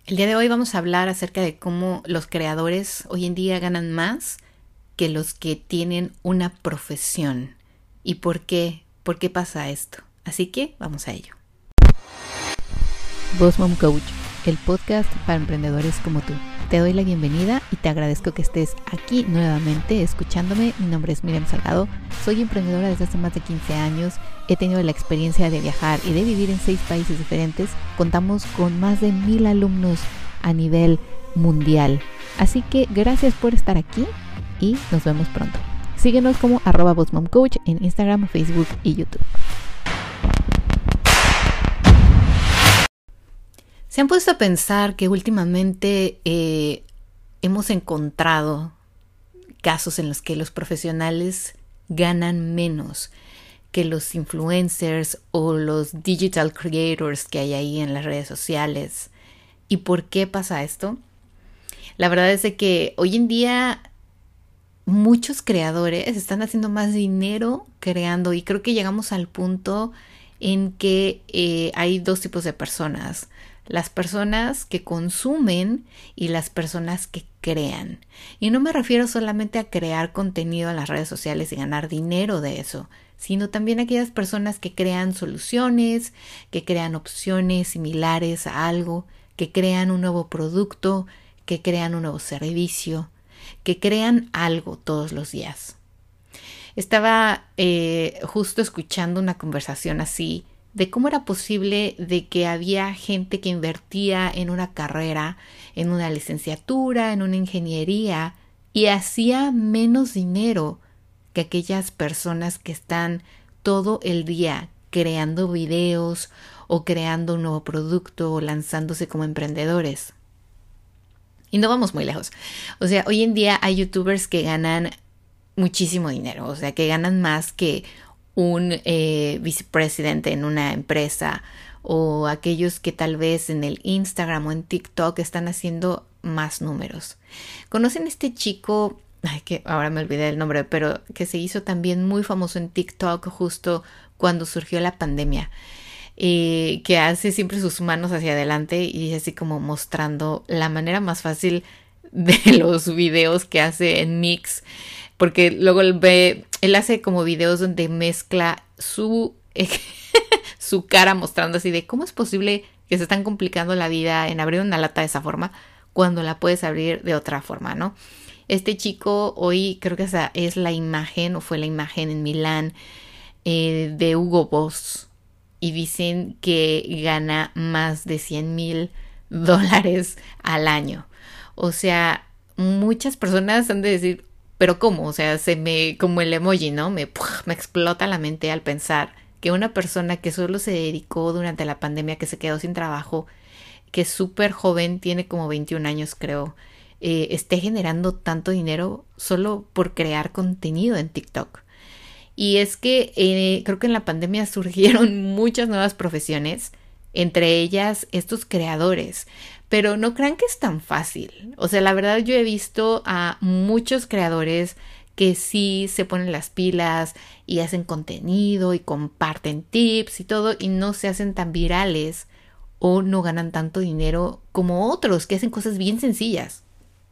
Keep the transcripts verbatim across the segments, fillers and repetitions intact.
El día de hoy vamos a hablar acerca de cómo los creadores hoy en día ganan más que los que tienen una profesión. ¿Y por qué? ¿Por qué pasa esto? Así que vamos a ello. Boss Mom Coach, el podcast para emprendedores como tú. Te doy la bienvenida y te agradezco que estés aquí nuevamente escuchándome. Mi nombre es Miriam Salgado, soy emprendedora desde hace más de quince años. He tenido la experiencia de viajar y de vivir en seis países diferentes. Contamos con más de mil alumnos a nivel mundial. Así que gracias por estar aquí y nos vemos pronto. Síguenos como arroba Boss Mom Coach en Instagram, Facebook y YouTube. ¿Se han puesto a pensar que últimamente eh, hemos encontrado casos en los que los profesionales ganan menos que los influencers o los digital creators que hay ahí en las redes sociales? ¿Y por qué pasa esto? La verdad es de que hoy en día muchos creadores están haciendo más dinero creando, y creo que llegamos al punto en que eh, hay dos tipos de personas. Las personas que consumen y las personas que crean. Y no me refiero solamente a crear contenido en las redes sociales y ganar dinero de eso, sino también a aquellas personas que crean soluciones, que crean opciones similares a algo, que crean un nuevo producto, que crean un nuevo servicio, que crean algo todos los días. Estaba eh, justo escuchando una conversación así de cómo era posible de que había gente que invertía en una carrera, en una licenciatura, en una ingeniería y hacía menos dinero que aquellas personas que están todo el día creando videos o creando un nuevo producto o lanzándose como emprendedores. Y no vamos muy lejos. O sea, hoy en día hay youtubers que ganan muchísimo dinero, o sea, que ganan más que un eh, vicepresidente en una empresa, o aquellos que tal vez en el Instagram o en TikTok están haciendo más números. ¿Conocen este chico? Ay, que ahora me olvidé el nombre, pero que se hizo también muy famoso en TikTok justo cuando surgió la pandemia, eh, que hace siempre sus manos hacia adelante y así como mostrando la manera más fácil de los videos que hace en Mix, porque luego él ve, él hace como videos donde mezcla su, eh, su cara mostrando así de cómo es posible que se están complicando la vida en abrir una lata de esa forma cuando la puedes abrir de otra forma, ¿no? Este chico hoy creo que esa es la imagen o fue la imagen en Milán eh, de Hugo Boss, y dicen que gana más de cien mil dólares al año. O sea, muchas personas han de decir, ¿pero cómo? O sea, se me, como el emoji, ¿no? Me, me explota la mente al pensar que una persona que solo se dedicó durante la pandemia, que se quedó sin trabajo, que es súper joven, tiene como veintiún años creo, eh, esté generando tanto dinero solo por crear contenido en TikTok. Y es que eh, creo que en la pandemia surgieron muchas nuevas profesiones, entre ellas estos creadores. Pero no crean que es tan fácil. O sea, la verdad yo he visto a muchos creadores que sí se ponen las pilas y hacen contenido y comparten tips y todo, y no se hacen tan virales o no ganan tanto dinero como otros que hacen cosas bien sencillas.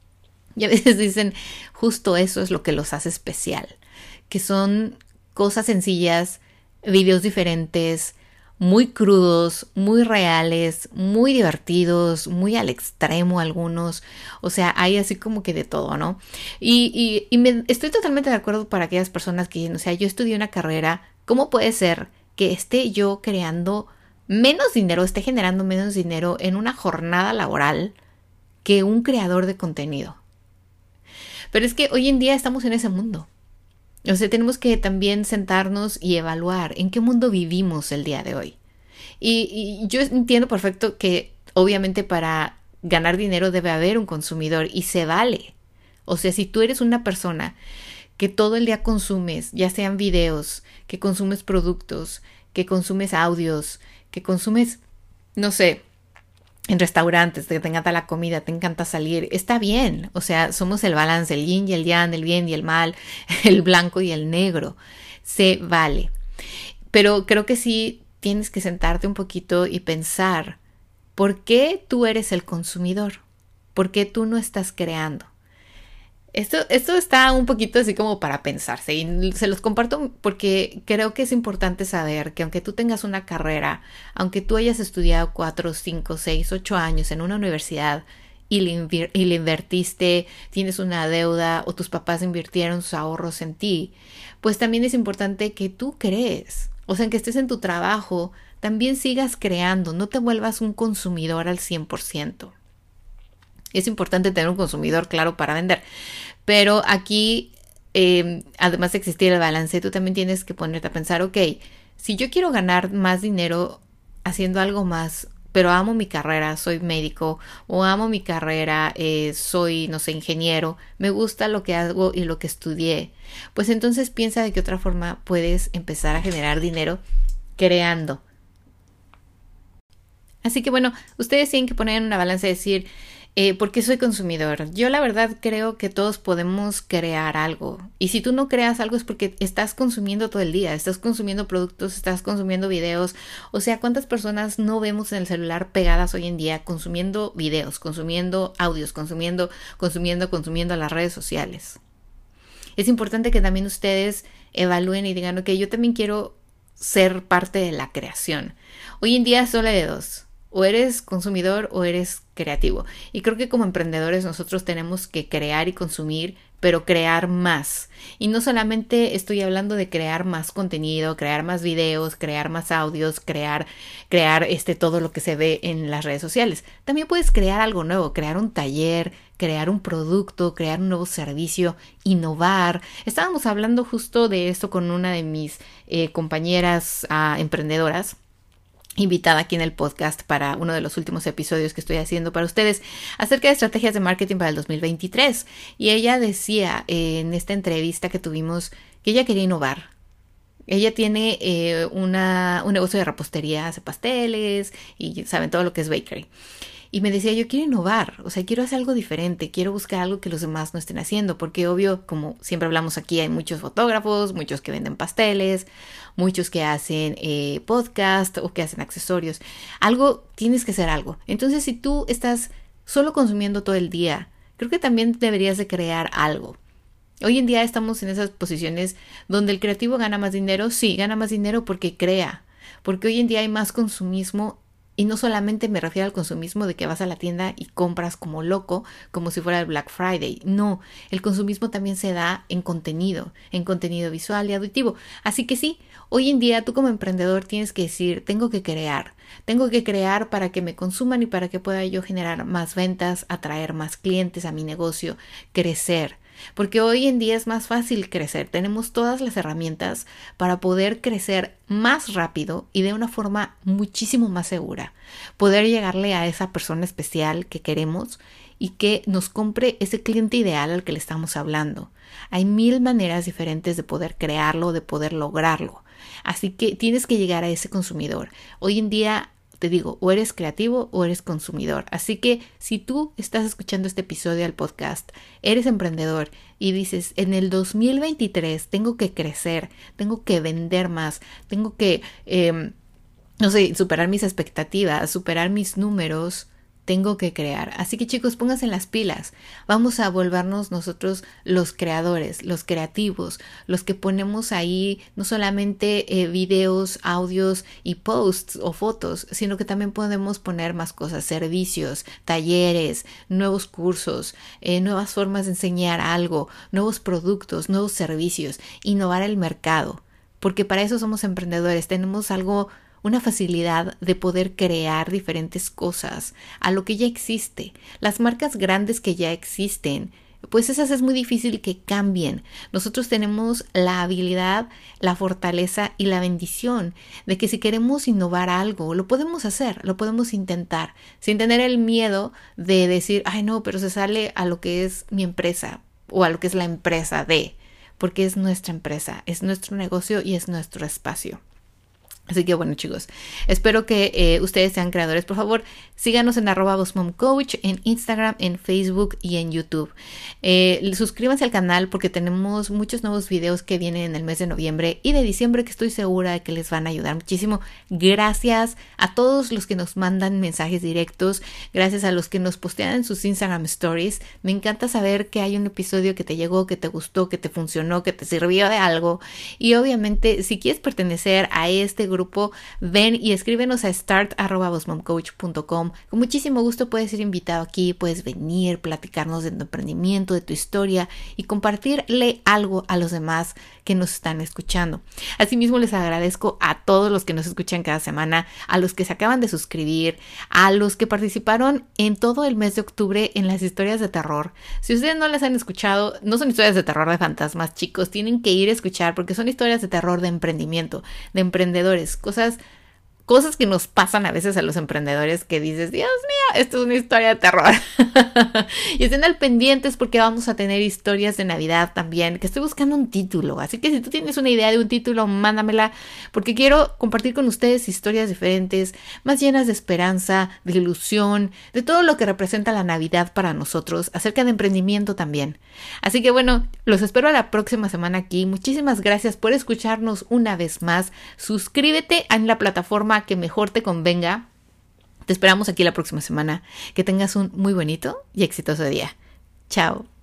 Y a veces dicen, justo eso es lo que los hace especial, que son cosas sencillas, videos diferentes, muy crudos, muy reales, muy divertidos, muy al extremo algunos. O sea, hay así como que de todo, ¿no? Y, y, y me, estoy totalmente de acuerdo para aquellas personas que dicen, o sea, yo estudié una carrera, ¿cómo puede ser que esté yo creando menos dinero, esté generando menos dinero en una jornada laboral que un creador de contenido? Pero es que hoy en día estamos en ese mundo. O sea, tenemos que también sentarnos y evaluar en qué mundo vivimos el día de hoy. Y, y yo entiendo perfecto que obviamente para ganar dinero debe haber un consumidor y se vale. O sea, si tú eres una persona que todo el día consumes, ya sean videos, que consumes productos, que consumes audios, que consumes, no sé, en restaurantes, te, te encanta la comida, te encanta salir, está bien. O sea, somos el balance, el yin y el yang, el bien y el mal, el blanco y el negro. Se vale. Pero creo que sí tienes que sentarte un poquito y pensar ¿Por qué tú eres el consumidor? ¿Por qué tú no estás creando? Esto, esto está un poquito así como para pensarse y se los comparto porque creo que es importante saber que aunque tú tengas una carrera, aunque tú hayas estudiado cuatro, cinco, seis, ocho años en una universidad y le, invir- y le invertiste, tienes una deuda o tus papás invirtieron sus ahorros en ti, pues también es importante que tú crees. O sea, que estés en tu trabajo, también sigas creando, no te vuelvas un consumidor al cien por ciento. Es importante tener un consumidor claro para vender, pero aquí, eh, además de existir el balance, tú también tienes que ponerte a pensar, ok, si yo quiero ganar más dinero haciendo algo más, pero amo mi carrera, soy médico, o amo mi carrera, eh, soy, no sé, ingeniero, me gusta lo que hago y lo que estudié, pues entonces piensa de qué otra forma puedes empezar a generar dinero creando. Así que bueno, ustedes tienen que poner en una balanza y decir, eh, ¿por qué soy consumidor? Yo la verdad creo que todos podemos crear algo. Y si tú no creas algo es porque estás consumiendo todo el día, estás consumiendo productos, estás consumiendo videos. O sea, ¿cuántas personas no vemos en el celular pegadas hoy en día consumiendo videos, consumiendo audios, consumiendo, consumiendo, consumiendo las redes sociales? Es importante que también ustedes evalúen y digan, ok, yo también quiero ser parte de la creación. Hoy en día solo hay de dos. O eres consumidor o eres creativo. Y creo que como emprendedores nosotros tenemos que crear y consumir, pero crear más. Y no solamente estoy hablando de crear más contenido, crear más videos, crear más audios, crear, crear este, todo lo que se ve en las redes sociales. También puedes crear algo nuevo, crear un taller, crear un producto, crear un nuevo servicio, innovar. Estábamos hablando justo de esto con una de mis eh, compañeras uh, emprendedoras, invitada aquí en el podcast para uno de los últimos episodios que estoy haciendo para ustedes acerca de estrategias de marketing para el dos mil veintitrés. Y ella decía eh, en esta entrevista que tuvimos que ella quería innovar. Ella tiene eh, una, un negocio de repostería, hace pasteles y saben todo lo que es bakery. Y me decía, yo quiero innovar, o sea, quiero hacer algo diferente, quiero buscar algo que los demás no estén haciendo, porque obvio, como siempre hablamos aquí, hay muchos fotógrafos, muchos que venden pasteles, muchos que hacen eh, podcast o que hacen accesorios. Algo, tienes que hacer algo. Entonces, si tú estás solo consumiendo todo el día, creo que también deberías de crear algo. Hoy en día estamos en esas posiciones donde el creativo gana más dinero, sí, gana más dinero porque crea, porque hoy en día hay más consumismo. Y no solamente me refiero al consumismo de que vas a la tienda y compras como loco, como si fuera el Black Friday. No, el consumismo también se da en contenido, en contenido visual y auditivo. Así que sí, hoy en día tú como emprendedor tienes que decir, tengo que crear. Tengo que crear para que me consuman y para que pueda yo generar más ventas, atraer más clientes a mi negocio, crecer. Porque hoy en día es más fácil crecer, tenemos todas las herramientas para poder crecer más rápido y de una forma muchísimo más segura, poder llegarle a esa persona especial que queremos y que nos compre ese cliente ideal al que le estamos hablando. Hay mil maneras diferentes de poder crearlo, de poder lograrlo, así que tienes que llegar a ese consumidor. Hoy en día te digo, o eres creativo o eres consumidor. Así que si tú estás escuchando este episodio del podcast, eres emprendedor y dices, en el dos mil veintitrés tengo que crecer, tengo que vender más, tengo que, eh, no sé, superar mis expectativas, superar mis números, tengo que crear. Así que chicos, pónganse en las pilas. Vamos a volvernos nosotros los creadores, los creativos, los que ponemos ahí no solamente eh, videos, audios y posts o fotos, sino que también podemos poner más cosas, servicios, talleres, nuevos cursos, eh, nuevas formas de enseñar algo, nuevos productos, nuevos servicios, innovar el mercado. Porque para eso somos emprendedores, tenemos algo, una facilidad de poder crear diferentes cosas a lo que ya existe. Las marcas grandes que ya existen, pues esas es muy difícil que cambien. Nosotros tenemos la habilidad, la fortaleza y la bendición de que si queremos innovar algo, lo podemos hacer, lo podemos intentar, sin tener el miedo de decir, ay no, pero se sale a lo que es mi empresa o a lo que es la empresa de, porque es nuestra empresa, es nuestro negocio y es nuestro espacio. Así que bueno, chicos, espero que eh, ustedes sean creadores. Por favor, síganos en arroba bossmomcoach, en Instagram, en Facebook y en YouTube. Eh, suscríbanse al canal porque tenemos muchos nuevos videos que vienen en el mes de noviembre y de diciembre que estoy segura de que les van a ayudar muchísimo. Gracias a todos los que nos mandan mensajes directos, gracias a los que nos postean en sus Instagram Stories. Me encanta saber que hay un episodio que te llegó, que te gustó, que te funcionó, que te sirvió de algo. Y obviamente, si quieres pertenecer a este grupo, grupo, ven y escríbenos a start arroba bossmomcoach punto com. Con muchísimo gusto puedes ser invitado aquí, puedes venir, platicarnos de tu emprendimiento, de tu historia y compartirle algo a los demás que nos están escuchando. Asimismo, les agradezco a todos los que nos escuchan cada semana, a los que se acaban de suscribir, a los que participaron en todo el mes de octubre en las historias de terror. Si ustedes no las han escuchado, no son historias de terror de fantasmas, chicos, tienen que ir a escuchar porque son historias de terror de emprendimiento, de emprendedores, cosas, cosas que nos pasan a veces a los emprendedores que dices, Dios mío, esto es una historia de terror. Y estén al pendientes porque vamos a tener historias de Navidad también, que estoy buscando un título. Así que si tú tienes una idea de un título, mándamela, porque quiero compartir con ustedes historias diferentes, más llenas de esperanza, de ilusión, de todo lo que representa la Navidad para nosotros, acerca de emprendimiento también. Así que bueno, los espero la próxima semana aquí. Muchísimas gracias por escucharnos una vez más. Suscríbete en la plataforma que mejor te convenga. Te esperamos aquí la próxima semana. Que tengas un muy bonito y exitoso día. Chao.